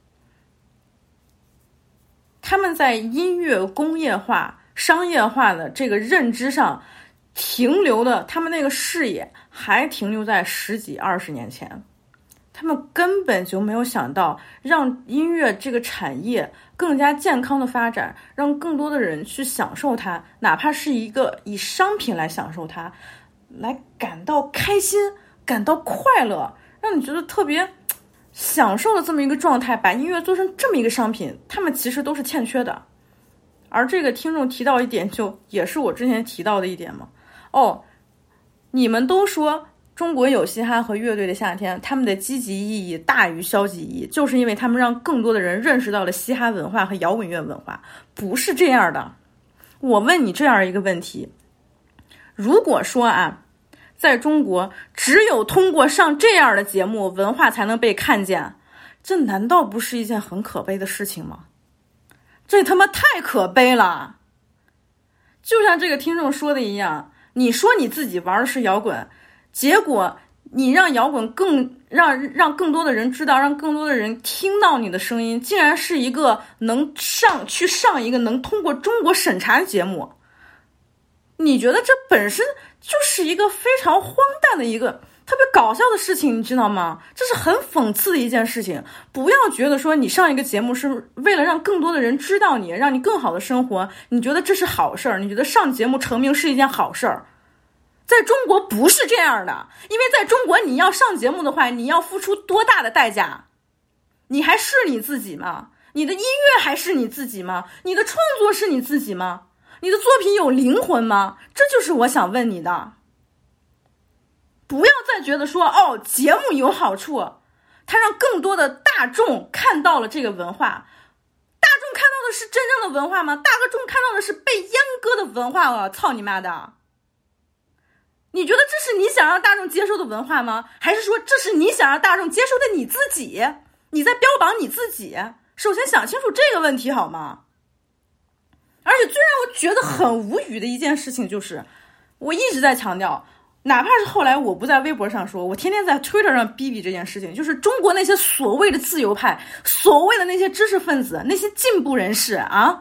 他们在音乐工业化、商业化的这个认知上停留的，他们那个视野还停留在十几二十年前。他们根本就没有想到让音乐这个产业更加健康的发展，让更多的人去享受它，哪怕是一个以商品来享受它，来感到开心，感到快乐，让你觉得特别享受的这么一个状态，把音乐做成这么一个商品，他们其实都是欠缺的。而这个听众提到一点，就也是我之前提到的一点嘛。哦，你们都说中国有嘻哈和乐队的夏天，他们的积极意义大于消极意义，就是因为他们让更多的人认识到了嘻哈文化和摇滚乐文化。不是这样的。我问你这样一个问题，如果说啊，在中国只有通过上这样的节目，文化才能被看见，这难道不是一件很可悲的事情吗？这他妈太可悲了。就像这个听众说的一样，你说你自己玩的是摇滚，结果你让摇滚更让让更多的人知道，让更多的人听到你的声音，竟然是一个能上去上一个能通过中国审查的节目。你觉得这本身就是一个非常荒诞的一个特别搞笑的事情，你知道吗？这是很讽刺的一件事情。不要觉得说你上一个节目是为了让更多的人知道你，让你更好的生活，你觉得这是好事儿，你觉得上节目成名是一件好事儿。在中国不是这样的，因为在中国你要上节目的话，你要付出多大的代价？你还是你自己吗？你的音乐还是你自己吗？你的创作是你自己吗？你的作品有灵魂吗？这就是我想问你的。不要再觉得说哦，节目有好处，它让更多的大众看到了这个文化。大众看到的是真正的文化吗？大众看到的是被阉割的文化了，操你妈的！你觉得这是你想让大众接受的文化吗？还是说这是你想让大众接受的你自己？你在标榜你自己？首先想清楚这个问题好吗？而且最让我觉得很无语的一件事情就是，我一直在强调，哪怕是后来我不在微博上说，我天天在 Twitter 上逼逼这件事情，就是中国那些所谓的自由派，所谓的那些知识分子，那些进步人士啊，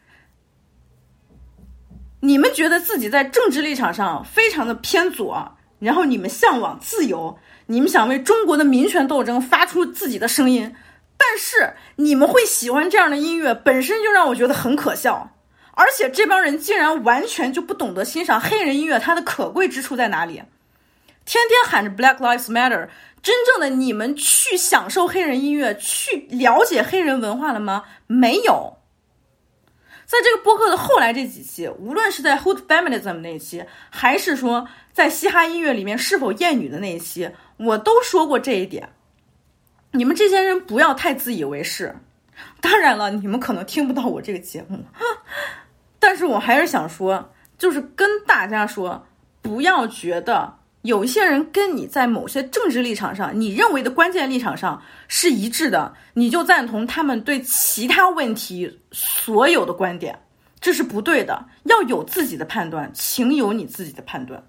你们觉得自己在政治立场上非常的偏左，然后你们向往自由，你们想为中国的民权斗争发出自己的声音，但是你们会喜欢这样的音乐，本身就让我觉得很可笑。而且这帮人竟然完全就不懂得欣赏黑人音乐它的可贵之处在哪里，天天喊着 Black Lives Matter， 真正的你们去享受黑人音乐，去了解黑人文化了吗？没有。在这个播客的后来这几期，无论是在 Hood Feminism 那一期，还是说在嘻哈音乐里面是否厌女的那一期，我都说过这一点。你们这些人不要太自以为是， 当然了，你们可能听不到我这个节目，但是我还是想说，就是跟大家说，不要觉得有一些人跟你在某些政治立场上，你认为的关键立场上是一致的，你就赞同他们对其他问题所有的观点，这是不对的。要有自己的判断，请有你自己的判断。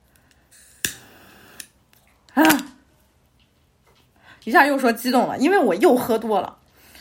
啊，一下又说激动了，因为我又喝多了。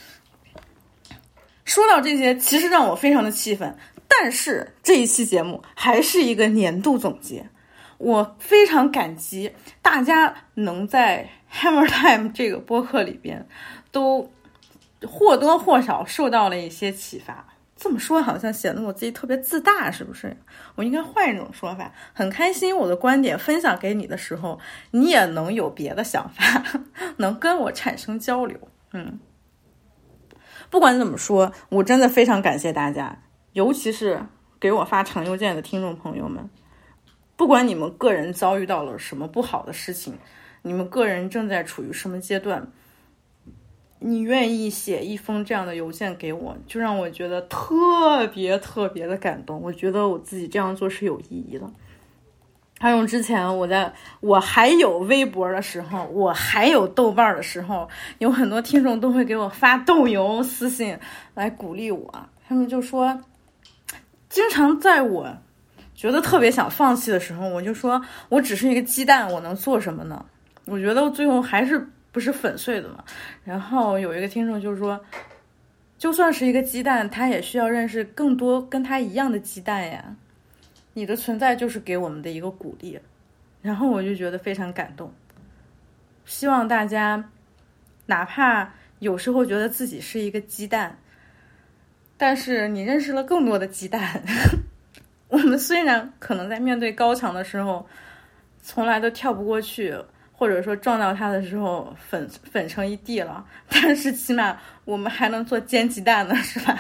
说到这些，其实让我非常的气愤，但是这一期节目还是一个年度总结。我非常感激大家能在 Hammer Time 这个播客里边都或多或少受到了一些启发。这么说好像显得我自己特别自大，是不是？我应该换一种说法，很开心我的观点分享给你的时候，你也能有别的想法，能跟我产生交流。嗯，不管怎么说，我真的非常感谢大家，尤其是给我发长邮件的听众朋友们。不管你们个人遭遇到了什么不好的事情，你们个人正在处于什么阶段，你愿意写一封这样的邮件给我，就让我觉得特别特别的感动。我觉得我自己这样做是有意义的。还有之前我在我还有微博的时候，我还有豆瓣的时候，有很多听众都会给我发豆邮私信来鼓励我，他们就说，经常在我觉得特别想放弃的时候，我就说我只是一个鸡蛋，我能做什么呢？我觉得最后还是不是粉碎的嘛。然后有一个听众就说，就算是一个鸡蛋，他也需要认识更多跟他一样的鸡蛋呀。你的存在就是给我们的一个鼓励。然后我就觉得非常感动。希望大家哪怕有时候觉得自己是一个鸡蛋，但是你认识了更多的鸡蛋。我们虽然可能在面对高墙的时候从来都跳不过去，或者说撞到它的时候粉粉成一地了，但是起码我们还能做煎鸡蛋呢，是吧？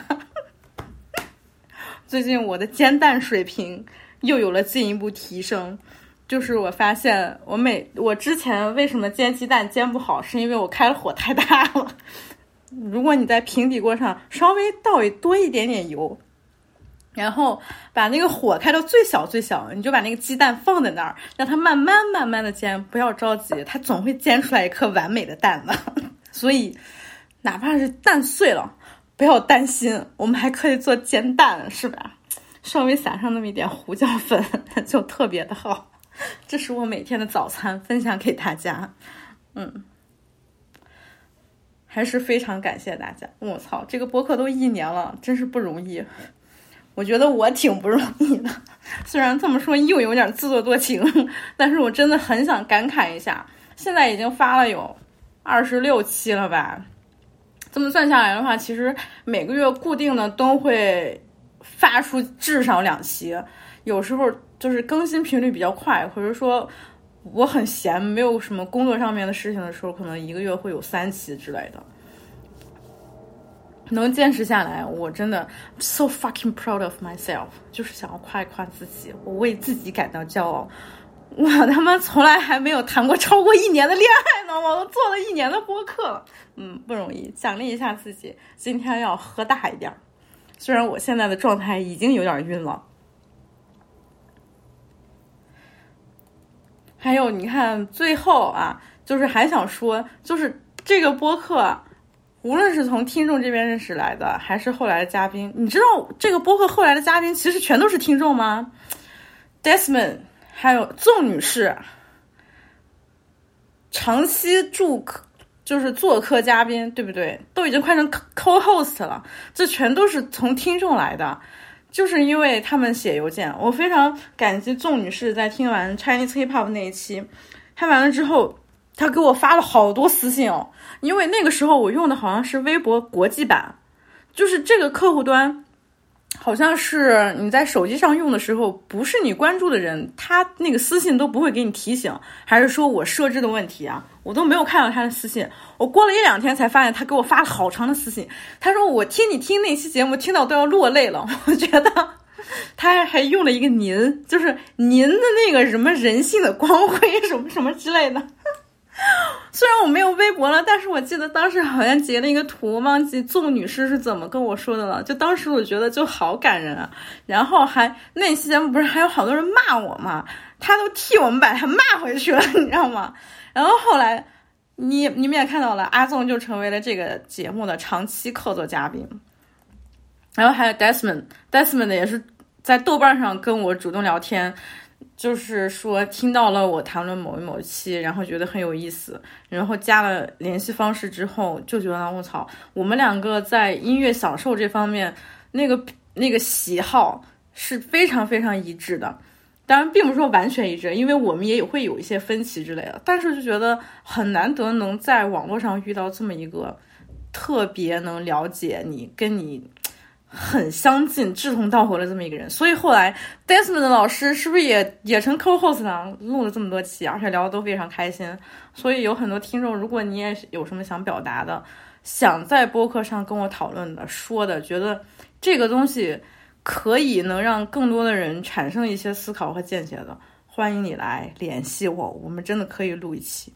最近我的煎蛋水平又有了进一步提升，就是我发现我每我之前为什么煎鸡蛋煎不好，是因为我开了火太大了。如果你在平底锅上稍微倒多一点点油，然后把那个火开到最小最小，你就把那个鸡蛋放在那儿，让它慢慢慢慢的煎，不要着急，它总会煎出来一颗完美的蛋的。所以哪怕是蛋碎了，不要担心，我们还可以做煎蛋，是吧？稍微撒上那么一点胡椒粉就特别的好。这是我每天的早餐，分享给大家。嗯，还是非常感谢大家。我操，这个播客都一年了，真是不容易。我觉得我挺不容易的，虽然这么说又有点自作多情，但是我真的很想感慨一下，现在已经发了有二十六期了吧。这么算下来的话，其实每个月固定的都会发出至少两期，有时候就是更新频率比较快，或者说我很闲没有什么工作上面的事情的时候，可能一个月会有三期之类的。能坚持下来，我真的 so fucking proud of myself， 就是想要夸一夸自己，我为自己感到骄傲。我他妈从来还没有谈过超过一年的恋爱呢，我都做了一年的播客了。嗯，不容易，奖励一下自己，今天要喝大一点。虽然我现在的状态已经有点晕了。还有你看最后啊，就是还想说，就是这个播客无论是从听众这边认识来的，还是后来的嘉宾，你知道这个播客后来的嘉宾其实全都是听众吗？ Desmond 还有宋女士长期驻就是做客嘉宾，对不对？都已经快成 co-host 了，这全都是从听众来的。就是因为他们写邮件，我非常感激宋女士在听完 Chinese Hip Hop 那一期看完了之后，她给我发了好多私信哦。因为那个时候我用的好像是微博国际版，就是这个客户端好像是你在手机上用的时候，不是你关注的人，他那个私信都不会给你提醒，还是说我设置的问题啊？我都没有看到他的私信，我过了一两天才发现他给我发了好长的私信，他说我听你听那期节目听到都要落泪了。我觉得他还用了一个您，就是您的那个什么人性的光辉什么什么之类的。 虽然我没有微博了，但是我记得当时好像截了一个图，忘记宋女士是怎么跟我说的了。就当时我觉得就好感人啊，然后还那期节目不是还有好多人骂我嘛，他都替我们把他骂回去了，你知道吗？然后后来你你们也看到了，阿纵就成为了这个节目的长期客座嘉宾。然后还有 Desmond Desmond 也是在豆瓣上跟我主动聊天，就是说听到了我谈论某一某期，然后觉得很有意思，然后加了联系方式之后，就觉得我操，我们两个在音乐享受这方面那个那个喜好是非常非常一致的。当然并不是说完全一致，因为我们也会有一些分歧之类的，但是就觉得很难得能在网络上遇到这么一个特别能了解你，跟你很相近志同道合的这么一个人。所以后来 Desmond 的老师是不是也也成 co-host 了，录了这么多期，而且聊得都非常开心。所以有很多听众，如果你也有什么想表达的，想在播客上跟我讨论的说的，觉得这个东西可以能让更多的人产生一些思考和见解的，欢迎你来联系我，我们真的可以录一期。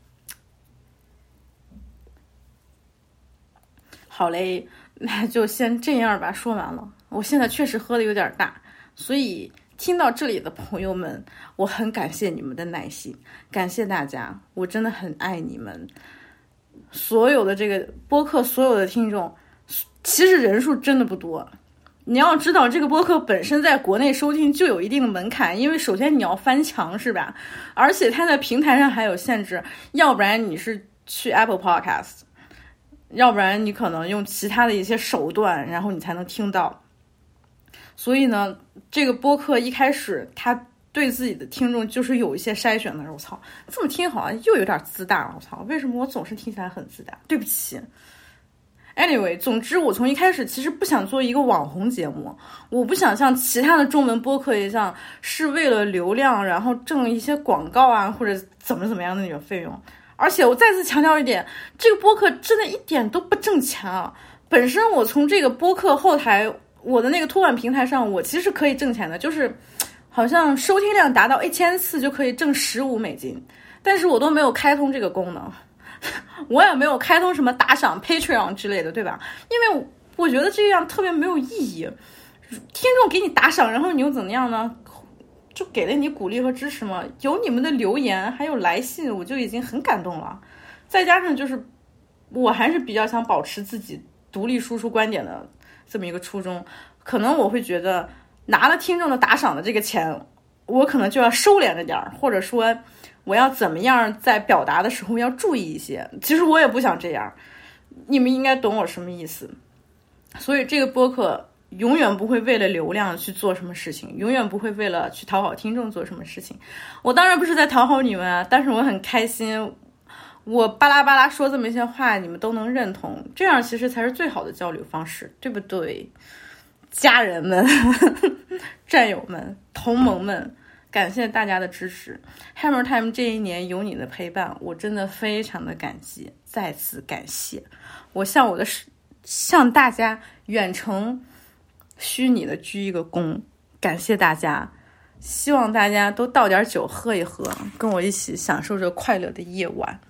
好嘞，那就先这样吧，说完了。我现在确实喝的有点大，所以听到这里的朋友们，我很感谢你们的耐心，感谢大家，我真的很爱你们。所有的这个播客，所有的听众，其实人数真的不多。你要知道，这个播客本身在国内收听就有一定的门槛，因为首先你要翻墙，是吧？而且它在平台上还有限制，要不然你是去 Apple Podcast， 要不然你可能用其他的一些手段，然后你才能听到。所以呢，这个播客一开始它对自己的听众就是有一些筛选的。我操，这么听好像又有点自大，我操，为什么我总是听起来很自大？对不起。Anyway， 总之我从一开始其实不想做一个网红节目，我不想像其他的中文播客一样是为了流量然后挣一些广告啊或者怎么怎么样的那种费用。而且我再次强调一点，这个播客真的一点都不挣钱啊！本身我从这个播客后台我的那个托管平台上，我其实可以挣钱的，就是好像收听量达到一千次就可以挣十五美金，但是我都没有开通这个功能。我也没有开通什么打赏 Patreon 之类的，对吧？因为我觉得这样特别没有意义。听众给你打赏，然后你又怎么样呢？就给了你鼓励和支持嘛。有你们的留言还有来信，我就已经很感动了。再加上就是我还是比较想保持自己独立输出观点的这么一个初衷，可能我会觉得拿了听众的打赏的这个钱，我可能就要收敛着点，或者说我要怎么样在表达的时候要注意一些。其实我也不想这样，你们应该懂我什么意思。所以这个播客永远不会为了流量去做什么事情，永远不会为了去讨好听众做什么事情。我当然不是在讨好你们啊，但是我很开心，我巴拉巴拉说这么一些话你们都能认同，这样其实才是最好的交流方式，对不对？家人们战友们同盟们，感谢大家的支持。 Hammer Time 这一年有你的陪伴，我真的非常的感激，再次感谢。我向我的向大家远程虚拟的鞠一个躬，感谢大家，希望大家都倒点酒喝一喝，跟我一起享受着快乐的夜晚。